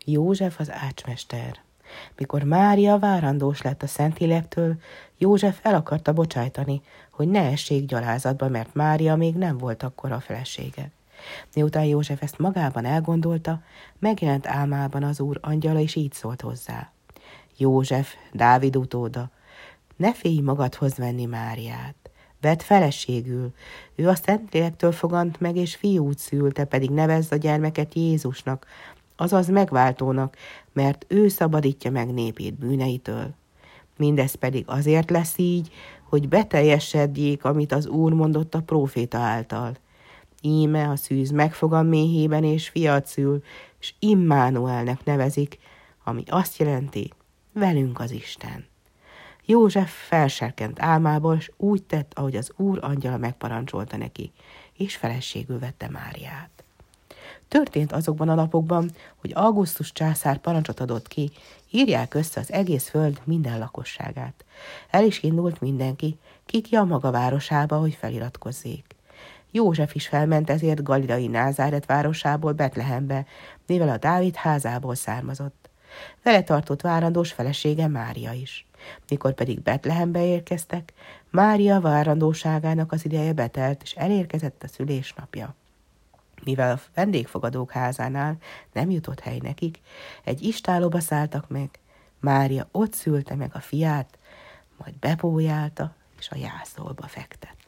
József az ácsmester. Mikor Mária várandós lett a Szentlélektől, József el akarta bocsájtani, hogy ne essék gyalázatba, mert Mária még nem volt akkora a felesége. Miután József ezt magában elgondolta, megjelent álmában az Úr angyala, és így szólt hozzá. József, Dávid utóda, ne félj magadhoz venni Máriát. Vedd feleségül, ő a Szentlélektől fogant meg, és fiút szül, te pedig nevezd a gyermeket Jézusnak, azaz megváltónak, mert ő szabadítja meg népét bűneitől. Mindez pedig azért lesz így, hogy beteljesedjék, amit az Úr mondott a próféta által. Íme a szűz megfog a méhében, és fiat szül, és Immánuelnek nevezik, ami azt jelenti, velünk az Isten. József felserkent álmából, és úgy tett, ahogy az Úr angyala megparancsolta neki, és feleségül vette Máriát. Történt azokban a napokban, hogy Augustus császár parancsot adott ki, írják össze az egész föld minden lakosságát. El is indult mindenki, ki a maga városába, hogy feliratkozzék. József is felment ezért Galileai Názáret városából Betlehembe, mivel a Dávid házából származott. Vele tartott várandós felesége Mária is. Mikor pedig Betlehembe érkeztek, Mária várandóságának az ideje betelt, és elérkezett a szülésnapja. Mivel a vendégfogadók házánál nem jutott hely nekik, egy istállóba szálltak meg, Mária ott szülte meg a fiát, majd bepójálta, és a jászolba fektett.